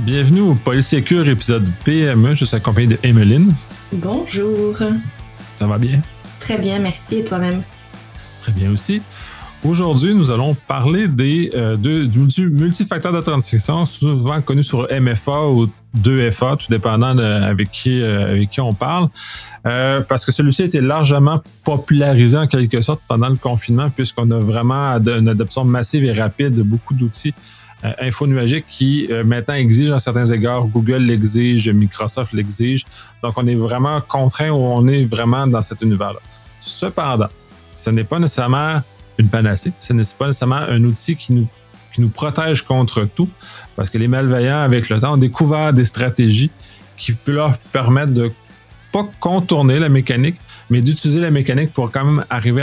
Bienvenue au Polysécure épisode PME. Je suis accompagné de Emeline. Bonjour. Ça va bien? Très bien, merci. Et toi-même? Très bien aussi. Aujourd'hui, nous allons parler du multifacteur d'authentification, souvent connu sur MFA ou 2FA, tout dépendant avec qui on parle, parce que celui-ci a été largement popularisé en quelque sorte pendant le confinement, puisqu'on a vraiment une adoption massive et rapide de beaucoup d'outils infonuagiques qui maintenant exigent à certains égards. Google l'exige, Microsoft l'exige. Donc, on est vraiment contraint ou on est vraiment dans cet univers-là. Cependant, ce n'est pas nécessairement une panacée. Ce n'est pas nécessairement un outil qui nous protège contre tout, parce que les malveillants, avec le temps, ont découvert des stratégies qui peuvent leur permettre de pas contourner la mécanique, mais d'utiliser la mécanique pour quand même arriver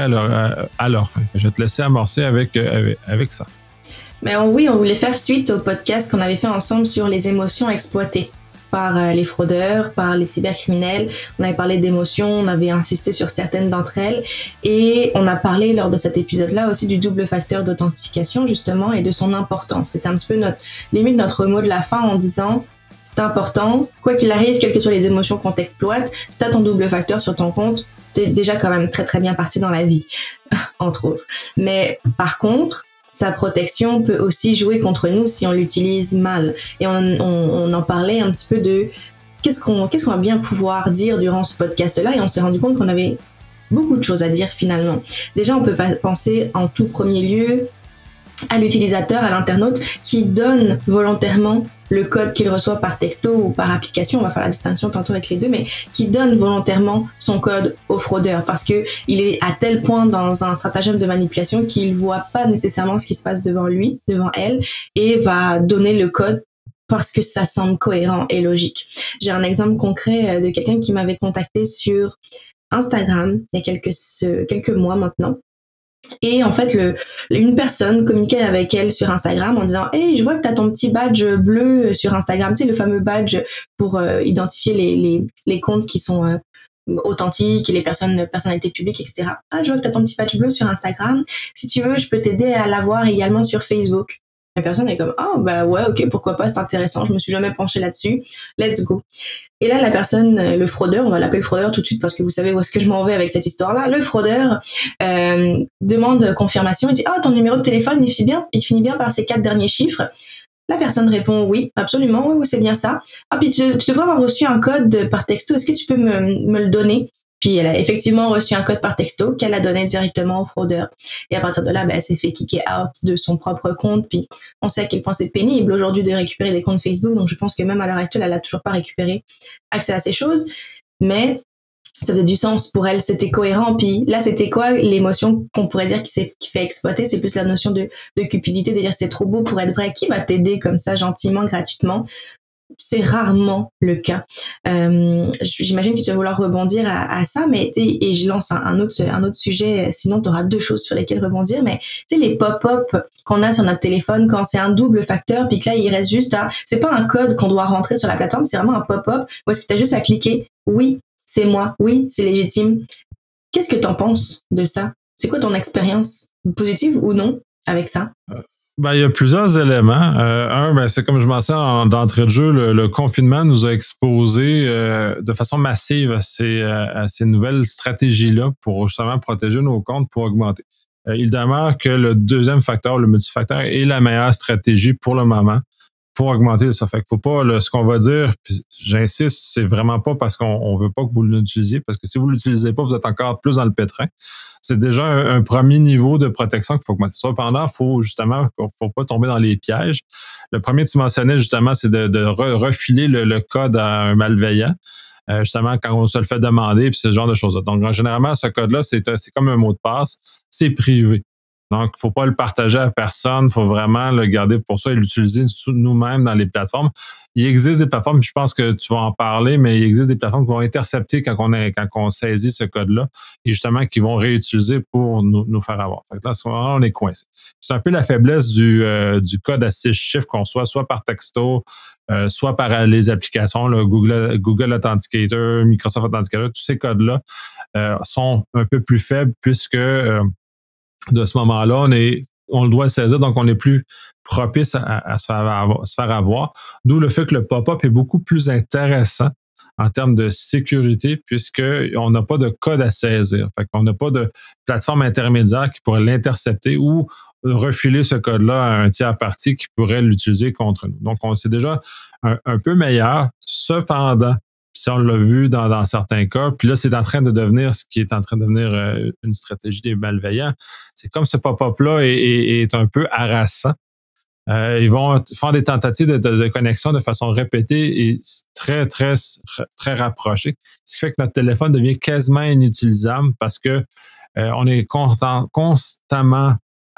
à leur fin. Je vais te laisser amorcer avec ça. Mais oui, on voulait faire suite au podcast qu'on avait fait ensemble sur les émotions exploitées par les fraudeurs, par les cybercriminels. On avait parlé d'émotions, on avait insisté sur certaines d'entre elles et on a parlé lors de cet épisode-là aussi du double facteur d'authentification justement et de son importance. C'était un petit peu notre mot de la fin en disant c'est important, quoi qu'il arrive, quelles que soient les émotions qu'on t'exploite, si t'as ton double facteur sur ton compte, t'es déjà quand même très très bien parti dans la vie, entre autres. Mais par contre, sa protection peut aussi jouer contre nous si on l'utilise mal. Et on en parlait un petit peu de qu'est-ce qu'on va bien pouvoir dire durant ce podcast-là, et on s'est rendu compte qu'on avait beaucoup de choses à dire finalement. Déjà, on peut penser en tout premier lieu à l'utilisateur, à l'internaute qui donne volontairement le code qu'il reçoit par texto ou par application, on va faire la distinction tantôt avec les deux, mais qui donne volontairement son code au fraudeur parce que il est à tel point dans un stratagème de manipulation qu'il voit pas nécessairement ce qui se passe devant lui, devant elle, et va donner le code parce que ça semble cohérent et logique. J'ai un exemple concret de quelqu'un qui m'avait contacté sur Instagram il y a quelques mois maintenant. Et en fait, une personne communiquait avec elle sur Instagram en disant « Hey, je vois que tu as ton petit badge bleu sur Instagram, tu sais, le fameux badge pour identifier les comptes qui sont authentiques et les personnalités publiques, etc. Ah, je vois que tu as ton petit badge bleu sur Instagram. Si tu veux, je peux t'aider à l'avoir également sur Facebook. » La personne est comme « Ah, bah ouais, ok, pourquoi pas, c'est intéressant, je me suis jamais penchée là-dessus. Let's go. » Et là, la personne, le fraudeur, on va l'appeler le fraudeur tout de suite parce que vous savez où est-ce que je m'en vais avec cette histoire-là. Le fraudeur demande confirmation. Il dit « Ah, ton numéro de téléphone, il finit bien par ces 4 derniers chiffres. » La personne répond « Oui, absolument, oui, c'est bien ça. Ah, puis tu devrais avoir reçu un code par texto. Est-ce que tu peux me le donner ?» Puis elle a effectivement reçu un code par texto qu'elle a donné directement au fraudeur. Et à partir de là, elle s'est fait kicker out de son propre compte. Puis on sait à quel point c'est pénible aujourd'hui de récupérer des comptes Facebook. Donc je pense que même à l'heure actuelle, elle a toujours pas récupéré accès à ces choses. Mais ça faisait du sens pour elle, c'était cohérent. Puis là, c'était quoi l'émotion qu'on pourrait dire qui fait exploiter? C'est plus la notion de cupidité, de dire c'est trop beau pour être vrai. Qui va t'aider comme ça gentiment, gratuitement? C'est rarement le cas. J'imagine que tu vas vouloir rebondir à ça, mais et je lance un autre sujet, sinon tu auras 2 choses sur lesquelles rebondir, mais tu sais, les pop-up qu'on a sur notre téléphone quand c'est un double facteur, puis que là il reste juste c'est pas un code qu'on doit rentrer sur la plateforme, c'est vraiment un pop-up où est-ce que tu as juste à cliquer oui, c'est moi, oui, c'est légitime. Qu'est-ce que t'en penses de ça? C'est quoi ton expérience, positive ou non, avec ça? Il y a plusieurs éléments. C'est comme je mentionnais d'entrée de jeu, le confinement nous a exposé de façon massive à ces nouvelles stratégies-là pour justement protéger nos comptes, pour augmenter. Il demeure que le deuxième facteur, le multifacteur, est la meilleure stratégie pour le moment pour augmenter ça. Fait qu'il faut pas, ce qu'on va dire, puis j'insiste, c'est vraiment pas parce qu'on veut pas que vous l'utilisiez, parce que si vous l'utilisez pas, vous êtes encore plus dans le pétrin. C'est déjà un premier niveau de protection qu'il faut augmenter. Cependant, faut pas tomber dans les pièges. Le premier que tu mentionnais, justement, c'est de refiler le code à un malveillant. Justement, quand on se le fait demander, puis ce genre de choses-là. Donc, généralement, ce code-là, c'est comme un mot de passe. C'est privé. Donc, il ne faut pas le partager à personne, il faut vraiment le garder pour ça et l'utiliser nous-mêmes dans les plateformes. Il existe des plateformes, je pense que tu vas en parler, mais il existe des plateformes qui vont intercepter quand on saisit ce code-là et justement qui vont réutiliser pour nous faire avoir. Fait que là, à ce moment-là, on est coincé. C'est un peu la faiblesse du code à 6 chiffres qu'on soit par texto, soit par les applications, là, Google Authenticator, Microsoft Authenticator, tous ces codes-là sont un peu plus faibles puisque de ce moment-là, on est on le doit saisir, donc on est plus propice à se faire avoir. D'où le fait que le pop-up est beaucoup plus intéressant en termes de sécurité, puisqu'on n'a pas de code à saisir. Fait qu'on n'a pas de plateforme intermédiaire qui pourrait l'intercepter ou refiler ce code-là à un tiers parti qui pourrait l'utiliser contre nous. Donc, c'est déjà un peu meilleur. Cependant, si on l'a vu dans certains cas, puis là, c'est en train de devenir ce qui est en train de devenir une stratégie des malveillants. C'est comme ce pop-up-là est un peu harassant. Ils vont faire des tentatives de connexion de façon répétée et très, très, très rapprochée. Ce qui fait que notre téléphone devient quasiment inutilisable parce que on est constamment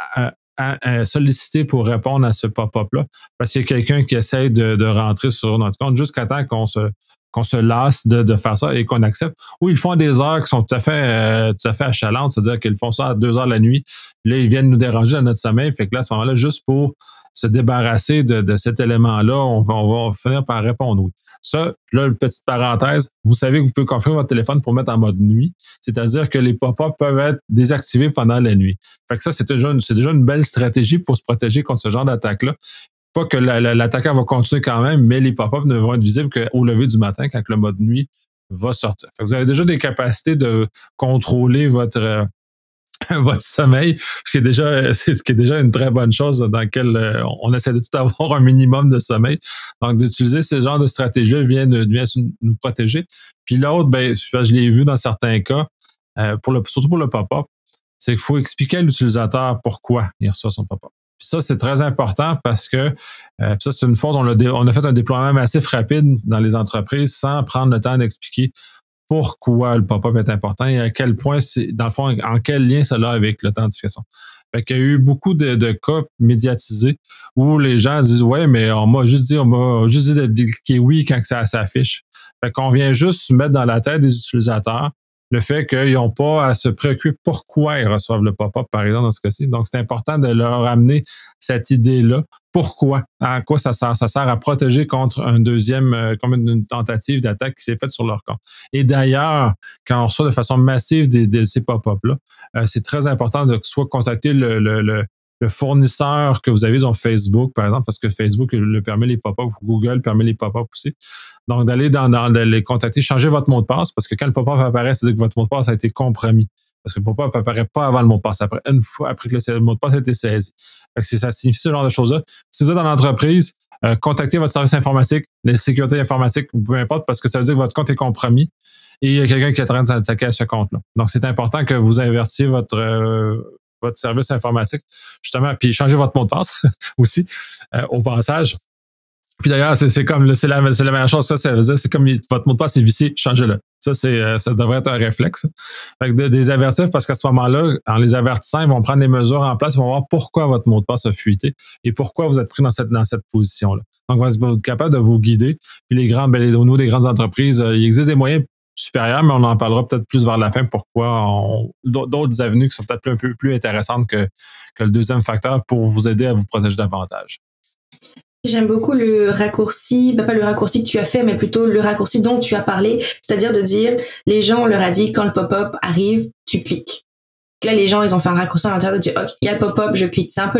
sollicité pour répondre à ce pop-up-là parce qu'il y a quelqu'un qui essaie de rentrer sur notre compte jusqu'à temps qu'on se lasse de faire ça et qu'on accepte. Ou ils font des heures qui sont tout à fait achalantes, c'est-à-dire qu'ils font ça à 2 heures la nuit. Là, ils viennent nous déranger dans notre sommeil. Fait que là, à ce moment-là, juste pour se débarrasser de cet élément-là, on va finir par répondre oui. Ça, là, une petite parenthèse, vous savez que vous pouvez configurer votre téléphone pour mettre en mode nuit, c'est-à-dire que les pop-up peuvent être désactivés pendant la nuit. Fait que ça, c'est déjà une belle stratégie pour se protéger contre ce genre d'attaque-là. Pas que l'attaquant va continuer quand même, mais les pop-up ne vont être visibles qu'au lever du matin quand le mode nuit va sortir. Fait que vous avez déjà des capacités de contrôler votre sommeil, ce qui est déjà une très bonne chose dans laquelle on essaie de tout avoir un minimum de sommeil. Donc, d'utiliser ce genre de stratégie vient nous protéger. Puis l'autre, je l'ai vu dans certains cas, surtout pour le pop-up, c'est qu'il faut expliquer à l'utilisateur pourquoi il reçoit son pop-up. Puis ça, c'est très important parce que ça, c'est une faute. On a fait un déploiement massif rapide dans les entreprises sans prendre le temps d'expliquer pourquoi le pop-up est important et à quel point c'est, dans le fond, en quel lien cela a avec l'authentification. Fait qu'il y a eu beaucoup de cas médiatisés où les gens disent ouais, mais on m'a juste dit de cliquer oui quand ça s'affiche. Fait qu'on vient juste mettre dans la tête des utilisateurs le fait qu'ils n'ont pas à se préoccuper pourquoi ils reçoivent le pop-up, par exemple, dans ce cas-ci. Donc, c'est important de leur amener cette idée-là. Pourquoi? À quoi ça sert? Ça sert à protéger contre un deuxième, comme une tentative d'attaque qui s'est faite sur leur compte. Et d'ailleurs, quand on reçoit de façon massive ces pop-up-là, c'est très important de soit contacter le fournisseur que vous avez, disons Facebook, par exemple, parce que Facebook le permet les pop-up, Google permet les pop-up aussi. Donc, d'aller dans les contacter, changer votre mot de passe, parce que quand le pop-up apparaît, c'est-à-dire que votre mot de passe a été compromis. Parce que le pop-up apparaît pas avant le mot de passe, une fois après que le mot de passe a été saisi. Ça signifie ce genre de choses-là. Si vous êtes dans l'entreprise, contactez votre service informatique, la sécurité informatique, peu importe, parce que ça veut dire que votre compte est compromis et il y a quelqu'un qui est en train de s'attaquer à ce compte-là. Donc, c'est important que vous avertissiez votre service informatique, justement, puis changez votre mot de passe aussi, au passage. Puis d'ailleurs, c'est la meilleure chose, ça veut dire, c'est comme votre mot de passe est vicié, changez-le. Ça devrait être un réflexe. Fait que des avertir, parce qu'à ce moment-là, en les avertissant, ils vont prendre les mesures en place, ils vont voir pourquoi votre mot de passe a fuité et pourquoi vous êtes pris dans cette position-là. Donc, vous êtes capable de vous guider. Puis au niveau des grandes entreprises, il existe des moyens supérieurs, mais on en parlera peut-être plus vers la fin, pourquoi d'autres avenues qui sont peut-être un peu plus intéressantes que le deuxième facteur pour vous aider à vous protéger davantage. J'aime beaucoup le raccourci, pas le raccourci que tu as fait, mais plutôt le raccourci dont tu as parlé, c'est-à-dire de dire, les gens, on leur a dit, quand le pop-up arrive, tu cliques. Là, les gens, ils ont fait un raccourci à l'intérieur de dire, ok, il y a le pop-up, je clique. C'est un peu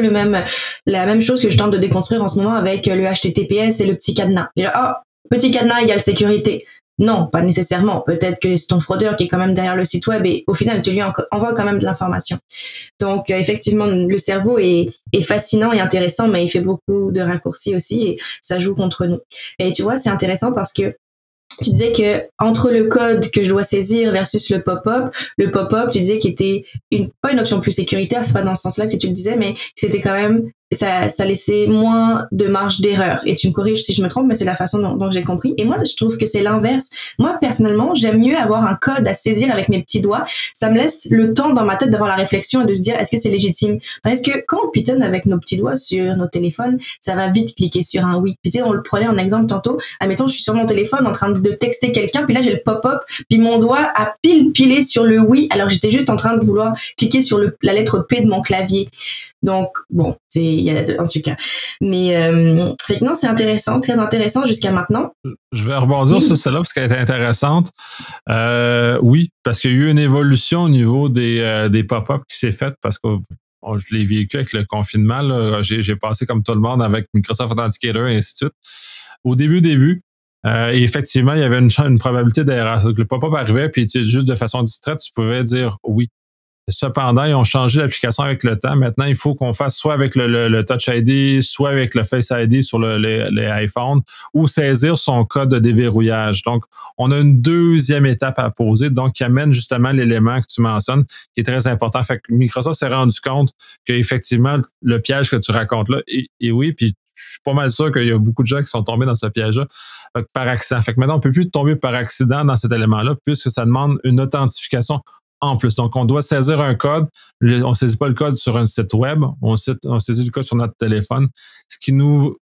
la même chose que je tente de déconstruire en ce moment avec le HTTPS et le petit cadenas. Petit cadenas égale sécurité. Non, pas nécessairement. Peut-être que c'est ton fraudeur qui est quand même derrière le site web et au final, tu lui envoies quand même de l'information. Donc, effectivement, le cerveau est fascinant et intéressant, mais il fait beaucoup de raccourcis aussi et ça joue contre nous. Et tu vois, c'est intéressant parce que tu disais que entre le code que je dois saisir versus le pop-up, tu disais qu'il était pas une option plus sécuritaire, c'est pas dans ce sens-là que tu le disais, mais que c'était quand même, ça laissait moins de marge d'erreur. Et tu me corriges si je me trompe, mais c'est la façon dont j'ai compris. Et moi, je trouve que c'est l'inverse. Moi, personnellement, j'aime mieux avoir un code à saisir avec mes petits doigts. Ça me laisse le temps dans ma tête d'avoir la réflexion et de se dire, est-ce que c'est légitime? Est-ce que quand on pitonne avec nos petits doigts sur nos téléphones, ça va vite cliquer sur un oui. Puis on le prenait en exemple tantôt. Admettons, je suis sur mon téléphone en train de texter quelqu'un, puis là, j'ai le pop-up, puis mon doigt a pilé sur le oui, alors j'étais juste en train de vouloir cliquer sur la lettre P de mon clavier. Donc, bon, il y a en tout cas. Mais non, c'est intéressant, très intéressant jusqu'à maintenant. Je vais rebondir sur celle-là parce qu'elle était intéressante. Oui, parce qu'il y a eu une évolution au niveau des pop-up qui s'est faite parce qu'on je l'ai vécu avec le confinement, là, j'ai passé comme tout le monde avec Microsoft Authenticator et ainsi de suite. Au début, et effectivement, il y avait une probabilité d'erreur. C'est-à-dire que le pop-up arrivait, puis juste de façon distraite, tu pouvais dire oui. Cependant, ils ont changé l'application avec le temps. Maintenant, il faut qu'on fasse soit avec le Touch ID, soit avec le Face ID sur les iPhones, ou saisir son code de déverrouillage. Donc, on a une deuxième étape à poser, donc qui amène justement l'élément que tu mentionnes, qui est très important. Fait que Microsoft s'est rendu compte qu'effectivement, le piège que tu racontes là, et oui, puis je suis pas mal sûr qu'il y a beaucoup de gens qui sont tombés dans ce piège-là par accident. Fait que maintenant, on peut plus tomber par accident dans cet élément-là, puisque ça demande une authentification en plus. Donc, on doit saisir un code. On ne saisit pas le code sur un site web, on saisit le code sur notre téléphone, ce qui nous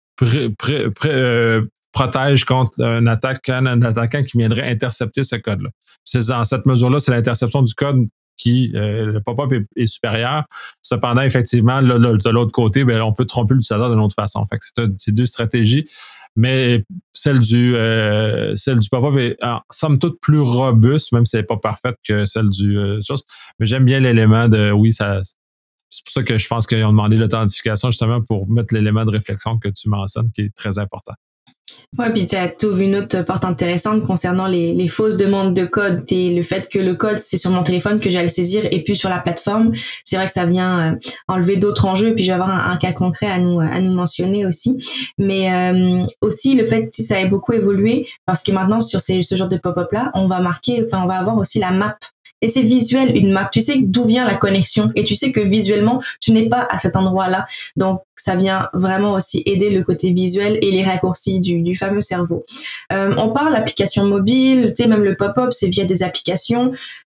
protège contre un attaquant qui viendrait intercepter ce code-là. C'est dans cette mesure-là, c'est l'interception du code qui, le pop-up est supérieur. Cependant, effectivement, là, de l'autre côté, ben, on peut tromper l'utilisateur d'une autre façon. Fait que c'est deux stratégies. Mais celle du pop-up est en somme toute plus robuste, même si elle n'est pas parfaite que celle du chose. Mais j'aime bien l'élément de oui, ça. C'est pour ça que je pense qu'ils ont demandé l'authentification justement pour mettre l'élément de réflexion que tu mentionnes, qui est très important. Ouais, puis tu as trouvé une autre porte intéressante concernant les fausses demandes de code et le fait que le code, c'est sur mon téléphone que j'ai à le saisir et puis sur la plateforme. C'est vrai que ça vient enlever d'autres enjeux, puis je vais avoir un cas concret à nous mentionner aussi. Mais aussi le fait que ça ait beaucoup évolué parce que maintenant, sur ce genre de pop-up-là, on va avoir aussi la map. Et c'est visuel, une map. Tu sais d'où vient la connexion et tu sais que visuellement, tu n'es pas à cet endroit-là. Donc, ça vient vraiment aussi aider le côté visuel et les raccourcis du fameux cerveau. On parle d'applications mobiles, tu sais, même le pop-up, c'est via des applications.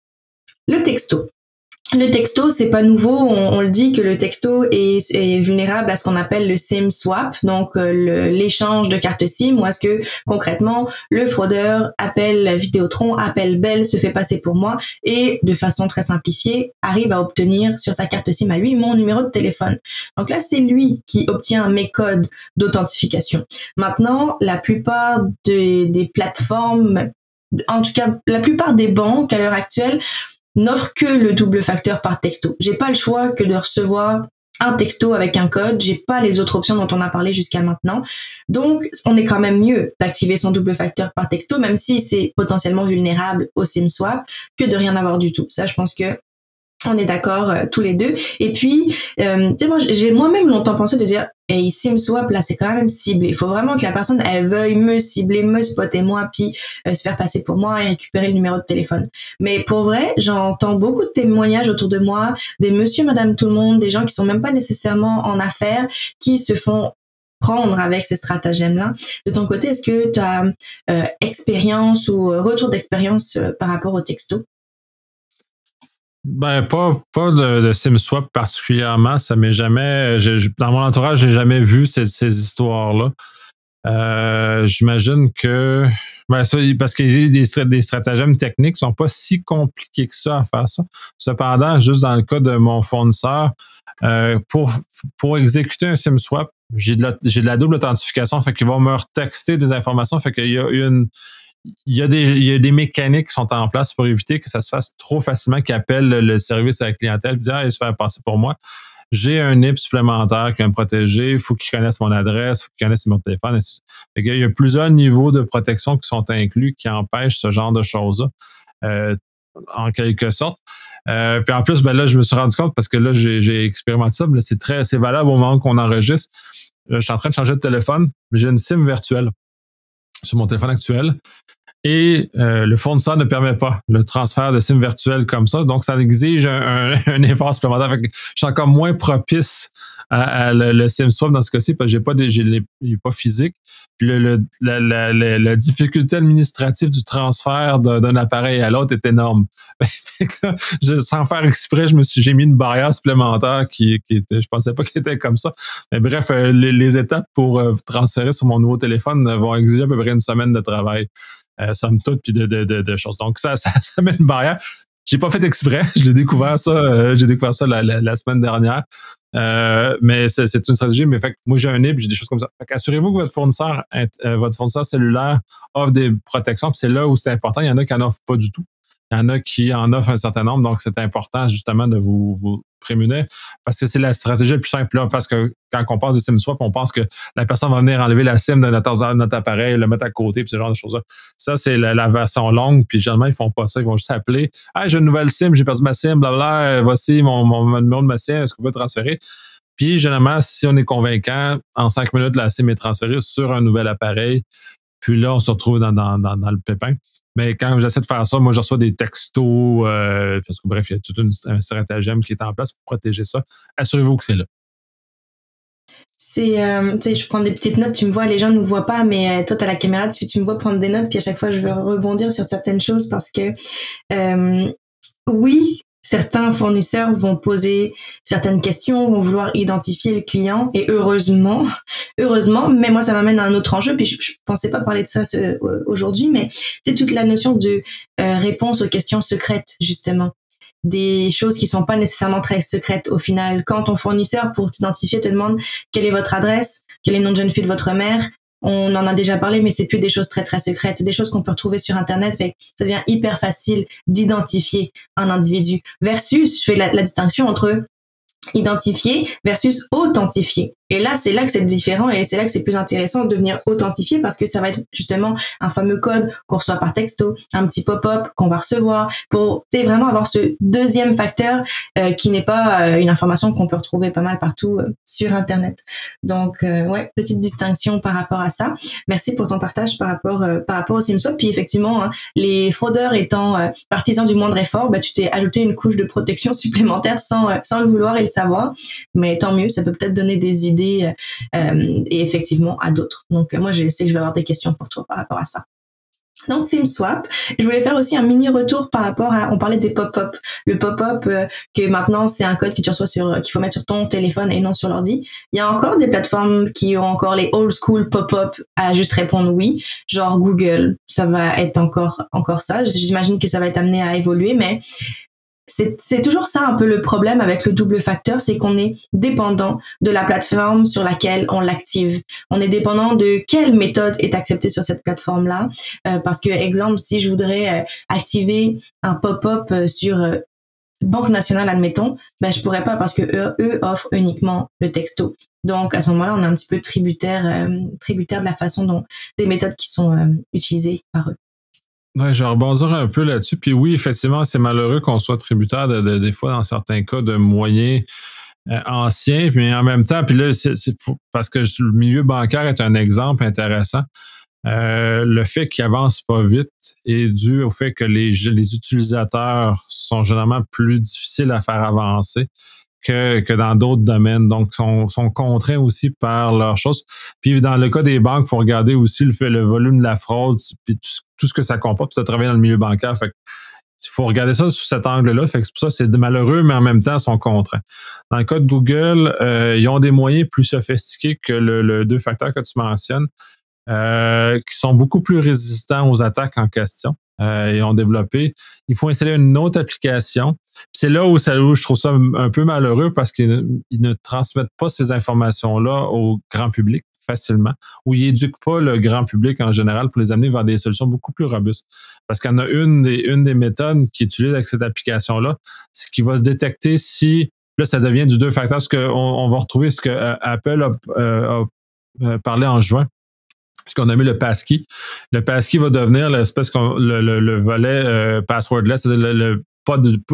Le texto. Le texto, c'est pas nouveau. On le dit que le texto est vulnérable à ce qu'on appelle le SIM swap, donc l'échange de cartes SIM, où est-ce que concrètement le fraudeur appelle Vidéotron, appelle Bell, se fait passer pour moi et de façon très simplifiée arrive à obtenir sur sa carte SIM à lui mon numéro de téléphone. Donc là, c'est lui qui obtient mes codes d'authentification. Maintenant, la plupart des plateformes, en tout cas la plupart des banques à l'heure actuelle, n'offre que le double facteur par texto. J'ai pas le choix que de recevoir un texto avec un code. J'ai pas les autres options dont on a parlé jusqu'à maintenant. Donc, on est quand même mieux d'activer son double facteur par texto, même si c'est potentiellement vulnérable au SIM swap, que de rien avoir du tout. Ça, je pense que on est d'accord tous les deux. Et puis, tu sais, moi, j'ai moi-même longtemps pensé de dire, hey, SIM swap, là, c'est quand même ciblé. Il faut vraiment que la personne, elle veuille me cibler, me spotter moi, puis se faire passer pour moi et récupérer le numéro de téléphone. Mais pour vrai, j'entends beaucoup de témoignages autour de moi, des monsieur, madame, tout le monde, des gens qui sont même pas nécessairement en affaires, qui se font prendre avec ce stratagème-là. De ton côté, est-ce que tu as expérience ou retour d'expérience par rapport au texto? Ben, pas de SIM swap particulièrement. Ça m'est jamais. Dans mon entourage, j'ai jamais vu ces histoires-là. J'imagine que. Ben, ça, parce que des stratagèmes techniques sont pas si compliqués que ça à faire ça. Cependant, juste dans le cas de mon fournisseur, pour exécuter un SIM swap, j'ai de la double authentification, fait qu'ils vont me retexter des informations, fait qu'il y a il y a des mécaniques qui sont en place pour éviter que ça se fasse trop facilement, qu'ils appellent le service à la clientèle et disent il se fait passer pour moi. J'ai un NIP supplémentaire qui va me protéger, il faut qu'il connaisse mon adresse, il faut qu'il connaisse mon téléphone. Il y a plusieurs niveaux de protection qui sont inclus qui empêchent ce genre de choses-là, en quelque sorte. Puis en plus, ben là, je me suis rendu compte parce que là, j'ai expérimenté ça, mais c'est valable au moment qu'on enregistre. Je suis en train de changer de téléphone, mais j'ai une SIM virtuelle sur mon téléphone actuel. Et le fournisseur ne permet pas le transfert de SIM virtuel comme ça. Donc, ça exige un effort supplémentaire. Fait que je suis encore moins propice à le SIM swap dans ce cas-ci parce que j'ai pas physique. Puis la difficulté administrative du transfert d'un appareil à l'autre est énorme. Fait que là, sans faire exprès, j'ai mis une barrière supplémentaire qui était, je pensais pas qu'elle était comme ça. Mais bref, les étapes pour transférer sur mon nouveau téléphone vont exiger à peu près une semaine de travail. Somme toute, puis de choses. Donc, ça met une barrière. J'ai pas fait exprès. J'ai découvert ça la semaine dernière. Mais c'est une stratégie. Mais fait que moi, j'ai un NIP, j'ai des choses comme ça. Fait qu'assurez-vous que votre fournisseur cellulaire offre des protections. Puis c'est là où c'est important. Il y en a qui n'en offrent pas du tout. Il y en a qui en offrent un certain nombre, donc c'est important justement de vous prémunir parce que c'est la stratégie la plus simple là, parce que quand on passe du SIM swap, on pense que la personne va venir enlever la SIM de notre appareil, le mettre à côté, puis ce genre de choses-là. Ça, c'est la version longue, puis généralement, ils font pas ça. Ils vont juste appeler. Ah, j'ai une nouvelle SIM, j'ai perdu ma SIM, blablabla, voici mon numéro de ma SIM, est-ce qu'on peut transférer? Puis, généralement, si on est convaincant, en 5 minutes, la SIM est transférée sur un nouvel appareil. Puis là, on se retrouve dans le pépin. Mais quand j'essaie de faire ça, moi, je reçois des textos, parce que bref, il y a tout un stratagème qui est en place pour protéger ça. Assurez-vous que c'est là. Tu sais, je prends des petites notes, tu me vois, les gens ne nous voient pas, mais toi, tu as la caméra, tu me vois prendre des notes, puis à chaque fois, je veux rebondir sur certaines choses parce que, oui, certains fournisseurs vont poser certaines questions, vont vouloir identifier le client, et heureusement, mais moi, ça m'amène à un autre enjeu, puis je pensais pas parler de ça aujourd'hui, mais c'est toute la notion de réponse aux questions secrètes, justement. Des choses qui sont pas nécessairement très secrètes au final. Quand ton fournisseur, pour t'identifier, te demande quelle est votre adresse, quel est le nom de jeune fille de votre mère, on en a déjà parlé, mais c'est plus des choses très très secrètes. C'est des choses qu'on peut retrouver sur Internet. Fait que ça devient hyper facile d'identifier un individu. Versus, je fais la distinction entre identifier versus authentifier. Et là, c'est là que c'est différent et c'est là que c'est plus intéressant de venir authentifier parce que ça va être justement un fameux code qu'on reçoit par texto, un petit pop-up qu'on va recevoir pour vraiment avoir ce deuxième facteur qui n'est pas une information qu'on peut retrouver pas mal partout sur Internet. Donc, ouais, petite distinction par rapport à ça. Merci pour ton partage par rapport au SIM-swap. Puis effectivement, hein, les fraudeurs étant partisans du moindre effort, tu t'es ajouté une couche de protection supplémentaire sans le vouloir et le savoir. Mais tant mieux, ça peut peut-être donner des idées et effectivement à d'autres. Donc moi je sais que je vais avoir des questions pour toi par rapport à ça. Donc SIM swap, je voulais faire aussi un mini retour par rapport à, on parlait des pop-up, le pop-up que maintenant c'est un code que tu reçois qu'il faut mettre sur ton téléphone et non sur l'ordi. Il y a encore des plateformes qui ont encore les old school pop-up à juste répondre oui, genre Google, ça va être encore ça. J'imagine que ça va être amené à évoluer, mais c'est toujours ça un peu le problème avec le double facteur, c'est qu'on est dépendant de la plateforme sur laquelle on l'active. On est dépendant de quelle méthode est acceptée sur cette plateforme-là. Parce que, exemple, si je voudrais activer un pop-up sur Banque Nationale, admettons, je pourrais pas parce que eux offrent uniquement le texto. Donc, à ce moment-là, on est un petit peu tributaire de la façon dont des méthodes qui sont utilisées par eux. Ouais, je vais rebondir un peu là-dessus. Puis oui, effectivement, c'est malheureux qu'on soit tributaire des fois, dans certains cas, de moyens anciens, mais en même temps, puis là, parce que le milieu bancaire est un exemple intéressant. Le fait qu'il avance pas vite est dû au fait que les utilisateurs sont généralement plus difficiles à faire avancer que dans d'autres domaines. Donc, sont contraints aussi par leurs choses. Puis dans le cas des banques, il faut regarder aussi le volume de la fraude, puis tout ce que ça comporte. Tu as travaillé dans le milieu bancaire, fait il faut regarder ça sous cet angle-là. Fait que c'est pour ça c'est malheureux, mais en même temps, ils sont contraints. Dans le cas de Google, ils ont des moyens plus sophistiqués que le deux facteurs que tu mentionnes, qui sont beaucoup plus résistants aux attaques en question. Ils ont développé. Il faut installer une autre application. Puis c'est là où je trouve ça un peu malheureux parce qu'ils ne transmettent pas ces informations-là au grand public facilement, ou ils n'éduquent pas le grand public en général pour les amener vers des solutions beaucoup plus robustes. Parce qu'il y en a une des méthodes qui utilise avec cette application-là, c'est qu'il va se détecter si, là, ça devient du deux facteurs, on va retrouver ce que Apple a parlé en juin. Ce qu'on a mis le passkey. Le passkey va devenir l'espèce le volet passwordless, c'est-à-dire pas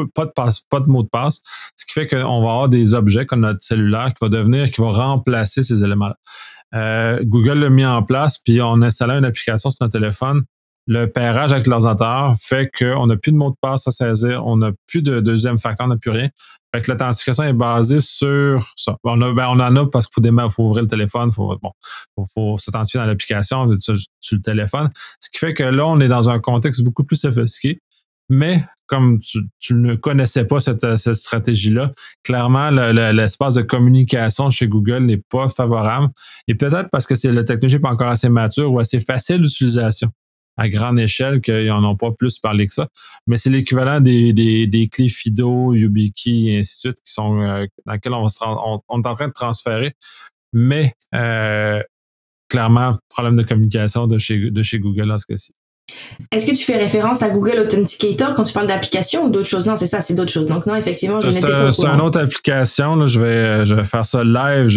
de mot de passe, ce qui fait qu'on va avoir des objets comme notre cellulaire qui va remplacer ces éléments-là. Google l'a mis en place, puis on installait une application sur notre téléphone. Le pairage avec l'ordinateur fait qu'on n'a plus de mot de passe à saisir, on n'a plus de deuxième facteur, on n'a plus rien. Fait que l'authentification est basée sur ça. On en a parce qu'il faut ouvrir le téléphone, faut s'authentifier dans l'application, sur le téléphone. Ce qui fait que là, on est dans un contexte beaucoup plus sophistiqué. Mais comme tu ne connaissais pas cette stratégie-là, clairement, l'espace de communication chez Google n'est pas favorable. Et peut-être parce que la technologie n'est pas encore assez mature ou assez facile d'utilisation à grande échelle qu'ils n'en ont pas plus parlé que ça. Mais c'est l'équivalent des clés FIDO, YubiKey et ainsi de suite dans lesquelles on est en train de transférer. Mais clairement, problème de communication de chez Google dans ce cas-ci. Est-ce que tu fais référence à Google Authenticator quand tu parles d'application ou d'autres choses? Non, c'est ça, c'est d'autres choses. Donc non, effectivement, je n'étais pas au C'est courant. une autre application. Là, je vais faire ça live.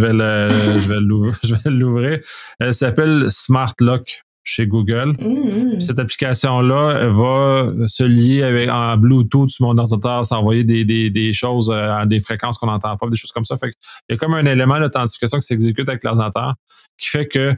Je vais l'ouvrir. Elle s'appelle Smart Lock chez Google. Cette application-là, elle va se lier avec en Bluetooth sur mon ordinateur, s'envoyer des choses à des fréquences qu'on n'entend pas, des choses comme ça. Fait il y a comme un élément d'authentification qui s'exécute avec l'ordinateur qui fait que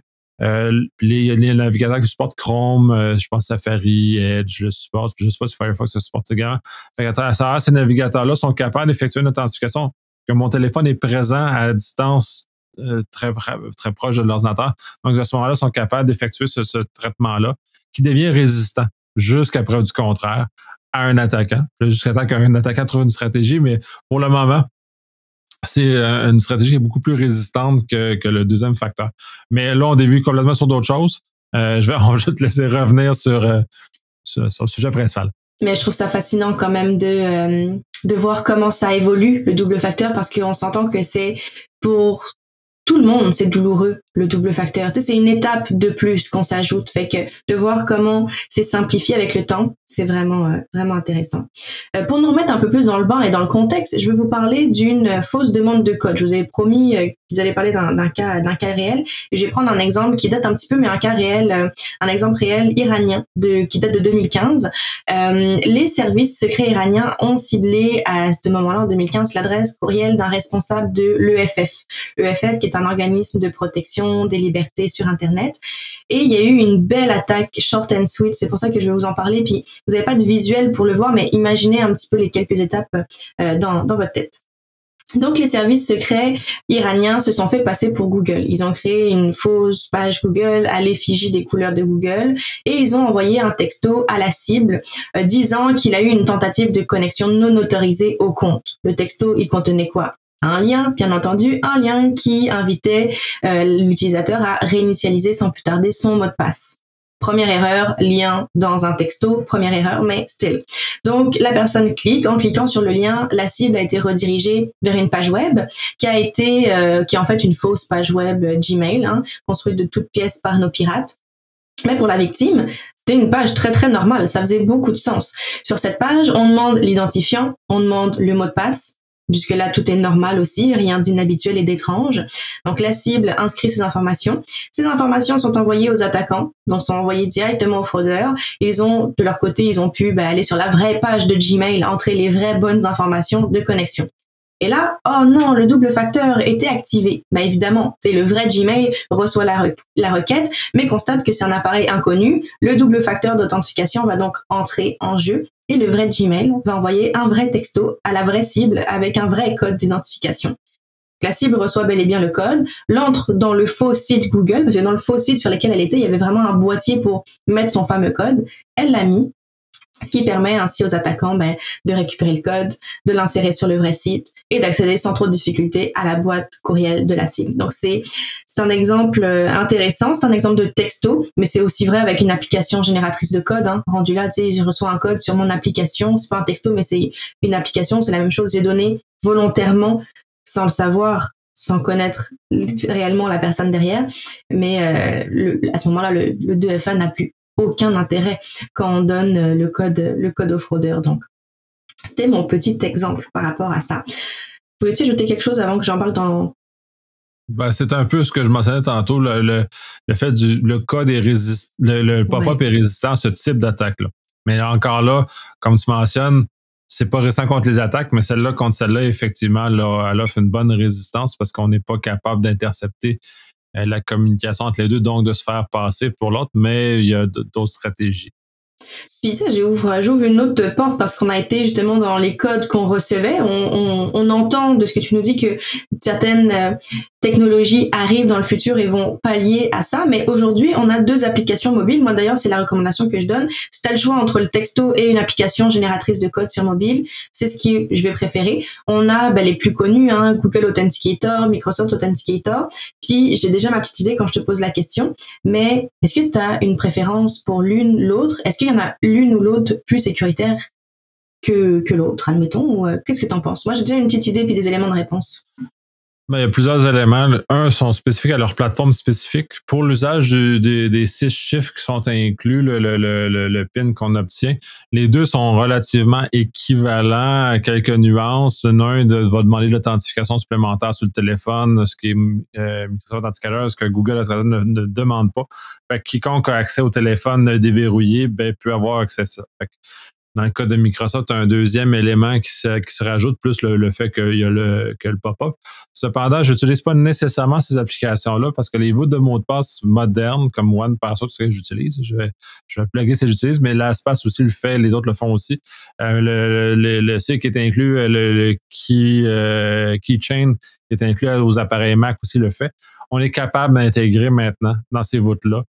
les navigateurs qui supportent Chrome, je pense Safari, Edge le supporte, je ne sais pas si Firefox le supporte également. Fait à travers ces navigateurs-là sont capables d'effectuer une authentification que mon téléphone est présent à distance très proche de l'ordinateur. Donc, à ce moment-là, ils sont capables d'effectuer ce traitement-là qui devient résistant jusqu'à preuve du contraire à un attaquant. Jusqu'à temps qu'un attaquant trouve une stratégie, mais pour le moment, c'est une stratégie qui est beaucoup plus résistante que le deuxième facteur. Mais là, on dévie complètement sur d'autres choses. On va te laisser revenir sur le sujet principal. Mais je trouve ça fascinant quand même de voir comment ça évolue, le double facteur, parce qu'on s'entend que c'est pour tout le monde, c'est douloureux, le double facteur. Tu sais, c'est une étape de plus qu'on s'ajoute. Fait que de voir comment c'est simplifié avec le temps, c'est vraiment, vraiment intéressant. Pour nous remettre un peu plus dans le bain et dans le contexte, je vais vous parler d'une fausse demande de code. Je vous ai promis que j'allais parler d'un cas réel. Et je vais prendre un exemple qui date un petit peu, mais un cas réel, un exemple réel iranien qui date de 2015. Les services secrets iraniens ont ciblé à ce moment-là, en 2015, l'adresse courriel d'un responsable de l'EFF. L'EFF qui est un organisme de protection des libertés sur Internet. Et il y a eu une belle attaque short and sweet. C'est pour ça que je vais vous en parler. Puis vous n'avez pas de visuel pour le voir, mais imaginez un petit peu les quelques étapes dans votre tête. Donc, les services secrets iraniens se sont fait passer pour Google. Ils ont créé une fausse page Google à l'effigie des couleurs de Google et ils ont envoyé un texto à la cible disant qu'il a eu une tentative de connexion non autorisée au compte. Le texto, il contenait quoi? Un lien, bien entendu, un lien qui invitait l'utilisateur à réinitialiser sans plus tarder son mot de passe. Première erreur, lien dans un texto, première erreur, mais still. Donc, la personne clique. En cliquant sur le lien, la cible a été redirigée vers une page web qui est en fait une fausse page web Gmail, construite de toutes pièces par nos pirates. Mais pour la victime, c'était une page très très normale. Ça faisait beaucoup de sens. Sur cette page, on demande l'identifiant, on demande le mot de passe. Jusque-là, tout est normal aussi, rien d'inhabituel et d'étrange. Donc, la cible inscrit ces informations. Ces informations sont envoyées aux attaquants, donc sont envoyées directement aux fraudeurs. Ils ont, de leur côté, ils ont pu aller sur la vraie page de Gmail, entrer les vraies bonnes informations de connexion. Et là, oh non, le double facteur était activé. Bah évidemment, c'est le vrai Gmail reçoit la requête, mais constate que c'est un appareil inconnu. Le double facteur d'authentification va donc entrer en jeu. Et le vrai Gmail va envoyer un vrai texto à la vraie cible avec un vrai code d'identification. La cible reçoit bel et bien le code, l'entre dans le faux site Google, parce que dans le faux site sur lequel elle était, il y avait vraiment un boîtier pour mettre son fameux code. Elle l'a mis, ce qui permet ainsi aux attaquants de récupérer le code, de l'insérer sur le vrai site et d'accéder sans trop de difficulté à la boîte courriel de la cible. Donc c'est un exemple intéressant, c'est un exemple de texto, mais c'est aussi vrai avec une application génératrice de code. Rendu là, tu sais, je reçois un code sur mon application, c'est pas un texto, mais c'est une application, c'est la même chose. J'ai donné volontairement, sans le savoir, sans connaître réellement la personne derrière, mais à ce moment-là, le 2FA n'a plus aucun intérêt quand on donne le code au fraudeur. Donc, c'était mon petit exemple par rapport à ça. Pouvais-tu ajouter quelque chose avant que j'en parle dans... C'est un peu ce que je mentionnais tantôt, le fait le code est le pop-up est résistant à ce type d'attaque-là. Mais encore là, comme tu mentionnes, c'est pas résistant contre les attaques, mais celle-là, contre celle-là, effectivement, là, elle offre une bonne résistance parce qu'on n'est pas capable d'intercepter la communication entre les deux, donc de se faire passer pour l'autre, mais il y a d'autres stratégies. Puis ça, j'ouvre une autre porte parce qu'on a été justement dans les codes qu'on recevait. On entend de ce que tu nous dis que certaines technologies arrivent dans le futur et vont pallier à ça. Mais aujourd'hui, on a 2 applications mobiles. Moi d'ailleurs, c'est la recommandation que je donne. Si tu as le choix entre le texto et une application génératrice de code sur mobile, c'est ce que je vais préférer. On a les plus connus, Google Authenticator, Microsoft Authenticator. Puis j'ai déjà ma petite idée quand je te pose la question. Mais est-ce que tu as une préférence pour l'une, l'autre? Est-ce qu'il y en a l'une ou l'autre plus sécuritaire que l'autre, admettons, ou qu'est-ce que t'en penses? Moi, j'ai déjà une petite idée puis des éléments de réponse. Ben, il y a plusieurs éléments. Un sont spécifiques à leur plateforme spécifique. Pour l'usage des 6 chiffres qui sont inclus, le PIN qu'on obtient, les deux sont relativement équivalents à quelques nuances. L'un va demander l'authentification supplémentaire sur le téléphone, ce qui est Microsoft Authenticator, ce que Google Authenticator ne demande pas. Fait que quiconque a accès au téléphone déverrouillé peut avoir accès à ça. Fait que dans le cas de Microsoft, tu as un deuxième élément qui se rajoute, plus le fait qu'il y a le pop-up. Cependant, je n'utilise pas nécessairement ces applications-là parce que les voûtes de mots de passe modernes, comme OnePassword, c'est ce que j'utilise. Je vais plugger si j'utilise, mais LastPass aussi le fait, les autres le font aussi. Le C qui est inclus, le Keychain qui est inclus aux appareils Mac aussi le fait. On est capable d'intégrer maintenant dans ces voûtes-là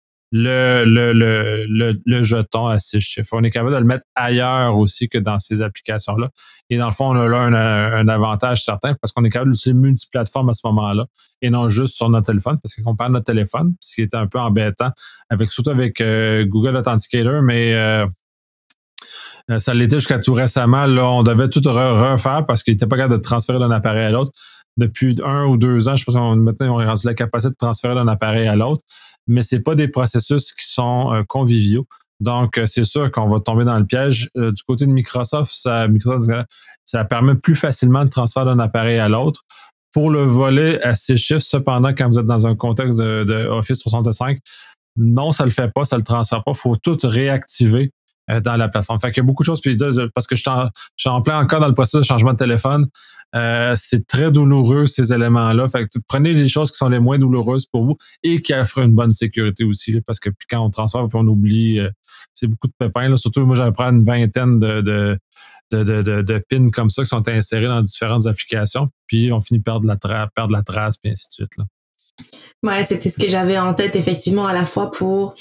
le jeton à 6 chiffres. On est capable de le mettre ailleurs aussi que dans ces applications-là. Et dans le fond, on a là un avantage certain parce qu'on est capable d'utiliser multiplateforme à ce moment-là et non juste sur notre téléphone parce qu'on parle de notre téléphone, ce qui est un peu embêtant, surtout avec Google Authenticator, mais ça l'était jusqu'à tout récemment. Là, on devait tout refaire parce qu'il n'était pas capable de transférer d'un appareil à l'autre. Depuis 1 ou 2 ans, je pense qu'on maintenant on est rendu la capacité de transférer d'un appareil à l'autre, mais c'est pas des processus qui sont conviviaux. Donc, c'est sûr qu'on va tomber dans le piège. Du côté de Microsoft, ça permet plus facilement de transfert d'un appareil à l'autre. Pour le volet à 6 chiffres, cependant, quand vous êtes dans un contexte de Office 365, non, ça le fait pas, ça le transfère pas. Il faut tout réactiver dans la plateforme. Fait qu'il y a beaucoup de choses, puis parce que je suis en plein encore dans le processus de changement de téléphone. C'est très douloureux, ces éléments-là. Fait que prenez les choses qui sont les moins douloureuses pour vous et qui offrent une bonne sécurité aussi, là, parce que puis quand on transfère puis on oublie, c'est beaucoup de pépins. Là. Surtout, moi, j'en prends une vingtaine de pins comme ça qui sont insérés dans différentes applications, puis on finit par perdre la trace, puis ainsi de suite. Là. Ouais, c'était ce que j'avais en tête, effectivement, à la fois pour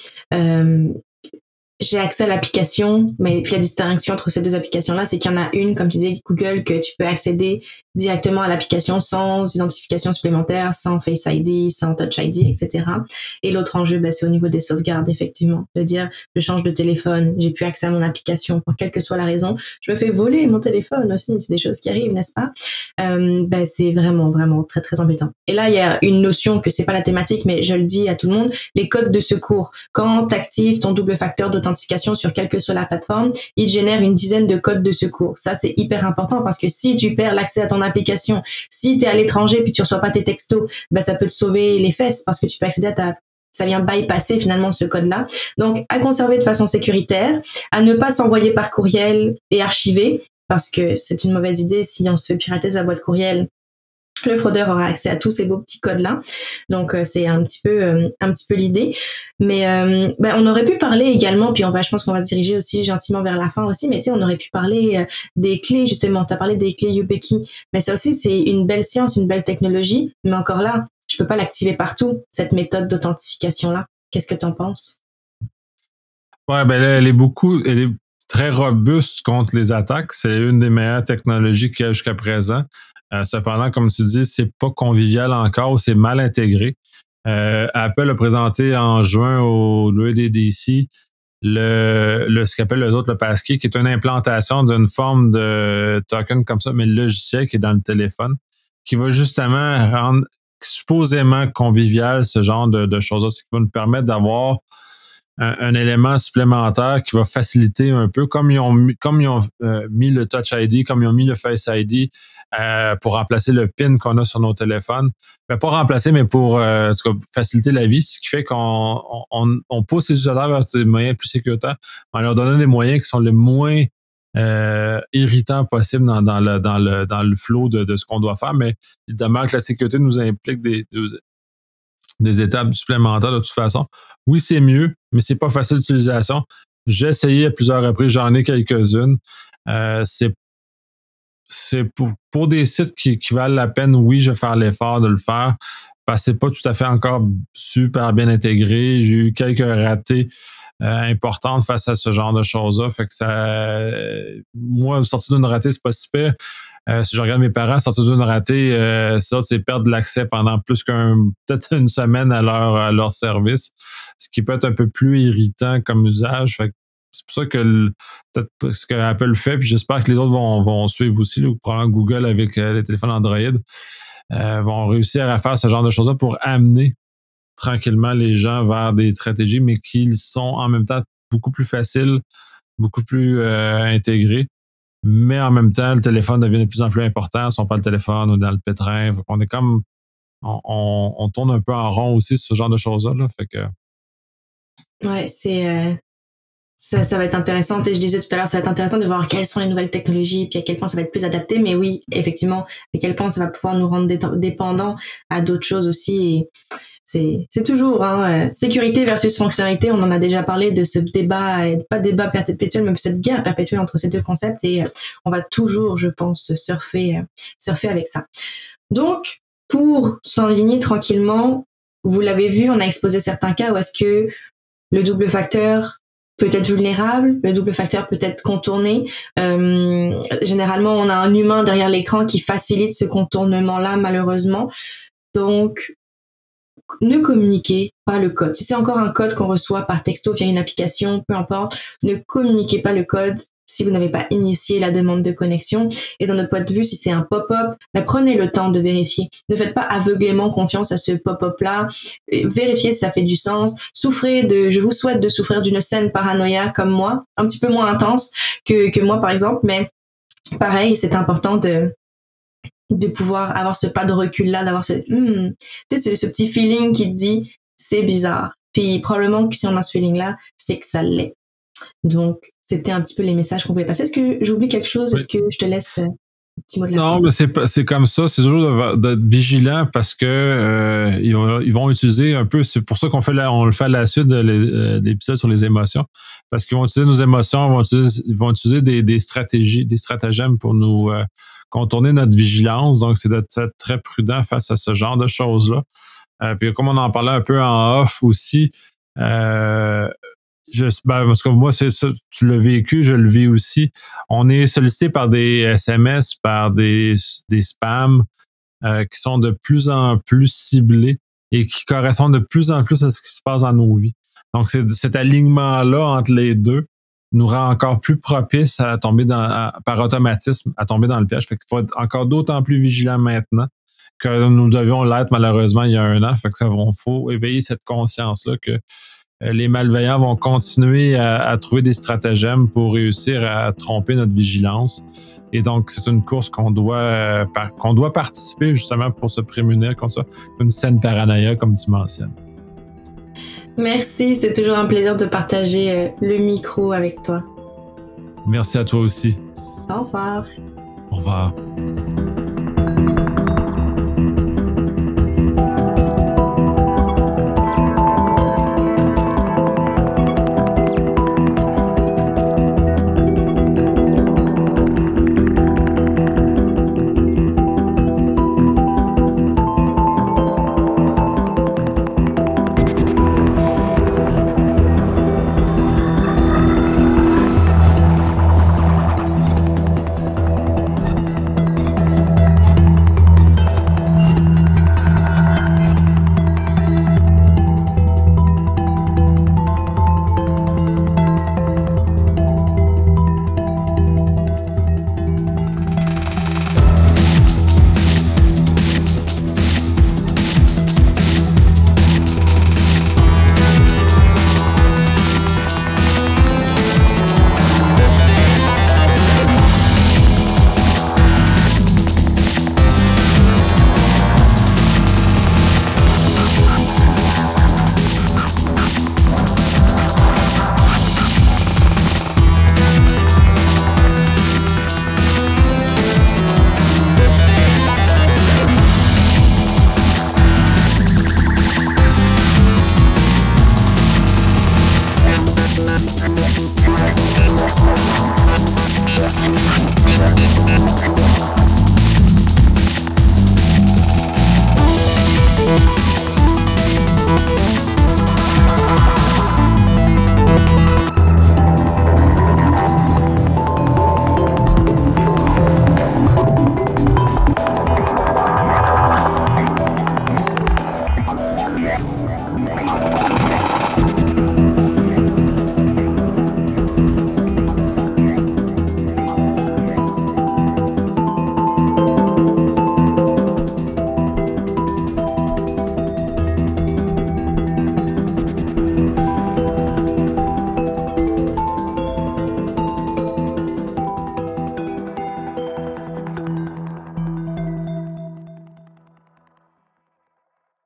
j'ai accès à l'application, mais puis la distinction entre ces deux applications-là, c'est qu'il y en a une, comme tu dis, Google, que tu peux accéder directement à l'application sans identification supplémentaire, sans Face ID, sans Touch ID, etc. Et l'autre enjeu, c'est au niveau des sauvegardes, effectivement. De dire, je change de téléphone, j'ai plus accès à mon application, pour quelle que soit la raison. Je me fais voler mon téléphone aussi, c'est des choses qui arrivent, n'est-ce pas? C'est vraiment, vraiment très, très embêtant. Et là, il y a une notion que c'est pas la thématique, mais je le dis à tout le monde, les codes de secours. Quand tu actives ton double facteur d'authentification sur quelle que soit la plateforme, il génère une dizaine de codes de secours. Ça, c'est hyper important parce que si tu perds l'accès à ton application, si tu es à l'étranger puis tu reçois pas tes textos, ça peut te sauver les fesses parce que tu peux accéder à ça vient bypasser finalement ce code-là. Donc, à conserver de façon sécuritaire, à ne pas s'envoyer par courriel et archiver parce que c'est une mauvaise idée si on se fait pirater sa boîte courriel. Le fraudeur aura accès à tous ces beaux petits codes-là. Donc, c'est un petit peu l'idée. Mais on aurait pu parler également, puis je pense qu'on va se diriger aussi gentiment vers la fin aussi, mais tu sais, on aurait pu parler des clés, justement. Tu as parlé des clés YubiKey. Mais ça aussi, c'est une belle science, une belle technologie. Mais encore là, je peux pas l'activer partout, cette méthode d'authentification-là. Qu'est-ce que tu en penses? Ouais, elle est très robuste contre les attaques. C'est une des meilleures technologies qu'il y a jusqu'à présent. Cependant, comme tu dis, c'est pas convivial encore, c'est mal intégré. Apple a présenté en juin au EDDC ce qu'appelle les autres le passkey, qui est une implantation d'une forme de token comme ça, mais le logiciel qui est dans le téléphone, qui va justement rendre supposément convivial ce genre de choses-là, ce qui va nous permettre d'avoir un élément supplémentaire qui va faciliter un peu, comme ils ont mis le Touch ID, comme ils ont mis le Face ID pour remplacer le PIN qu'on a sur nos téléphones. Pas remplacer, mais pour faciliter la vie, ce qui fait qu'on pousse les utilisateurs vers des moyens plus sécuritaires en leur donnant des moyens qui sont le moins irritants possible dans le flow de ce qu'on doit faire. Mais il demeure que la sécurité nous implique des étapes supplémentaires de toute façon. Oui, c'est mieux, mais c'est pas facile d'utilisation. J'ai essayé à plusieurs reprises, j'en ai quelques-unes. C'est pour des sites qui valent la peine, oui, je vais faire l'effort de le faire, parce que c'est pas tout à fait encore super bien intégré. J'ai eu quelques ratés importantes face à ce genre de choses-là. Fait que moi, sortir d'une ratée, c'est pas si pire. Si je regarde mes parents sortir d'une ratée, c'est perdre l'accès pendant peut-être une semaine à leur service, ce qui peut être un peu plus irritant comme usage. Fait que c'est pour ça que peut-être ce que Apple fait, puis j'espère que les autres vont suivre aussi, là, ou probablement Google avec les téléphones Android. vont réussir à faire ce genre de choses-là pour amener tranquillement les gens vers des stratégies, mais qui sont en même temps beaucoup plus faciles, beaucoup plus intégrées. Mais en même temps, le téléphone devient de plus en plus important. Si on parle de téléphone ou dans le pétrin, on est comme on tourne un peu en rond aussi sur ce genre de choses-là. Là, fait que ouais, ça va être intéressant. Et je disais tout à l'heure, ça va être intéressant de voir quelles sont les nouvelles technologies, puis à quel point ça va être plus adapté. Mais oui, effectivement, à quel point ça va pouvoir nous rendre dépendants à d'autres choses aussi. Et c'est toujours sécurité versus fonctionnalité. On en a déjà parlé de ce débat, pas débat perpétuel, mais cette guerre perpétuelle entre ces deux concepts. Et on va toujours, je pense, surfer avec ça. Donc, pour s'enligner tranquillement, vous l'avez vu, on a exposé certains cas où est-ce que le double facteur peut être vulnérable, le double facteur peut être contourné. Généralement, on a un humain derrière l'écran qui facilite ce contournement-là, malheureusement. Donc, ne communiquez pas le code. Si c'est encore un code qu'on reçoit par texto via une application, peu importe, ne communiquez pas le code si vous n'avez pas initié la demande de connexion. Et dans notre point de vue, si c'est un pop-up, prenez le temps de vérifier. Ne faites pas aveuglément confiance à ce pop-up-là. Vérifiez si ça fait du sens. Je vous souhaite de souffrir d'une saine paranoïa comme moi, un petit peu moins intense que moi par exemple, mais pareil, c'est important de pouvoir avoir ce pas de recul là, d'avoir ce petit feeling qui te dit c'est bizarre. Puis probablement que si on a ce feeling là, c'est que ça l'est. Donc c'était un petit peu les messages qu'on pouvait passer. Est-ce que j'oublie quelque chose? Oui. Est-ce que je te laisse un petit mot de la fin? Non, mais c'est comme ça. C'est toujours d'être vigilant parce que ils vont utiliser un peu. C'est pour ça on le fait à la suite de l'épisode sur les émotions, parce qu'ils vont utiliser nos émotions, ils vont utiliser des stratégies, des stratagèmes pour nous contourner notre vigilance. Donc, c'est d'être très prudent face à ce genre de choses-là. Puis comme on en parlait un peu en off aussi, parce que moi, c'est ça, tu l'as vécu, je le vis aussi. On est sollicité par des SMS, par des spams qui sont de plus en plus ciblés et qui correspondent de plus en plus à ce qui se passe dans nos vies. Donc, cet alignement-là entre les deux nous rend encore plus propice à tomber par automatisme, à tomber dans le piège. Fait qu'il faut être encore d'autant plus vigilant maintenant que nous devions l'être malheureusement il y a 1 an. Fait que faut éveiller cette conscience-là que les malveillants vont continuer à trouver des stratagèmes pour réussir à tromper notre vigilance. Et donc, c'est une course qu'on doit participer justement pour se prémunir contre ça, une saine paranoïa, comme tu mentionnes. Merci, c'est toujours un plaisir de partager le micro avec toi. Merci à toi aussi. Au revoir. Au revoir.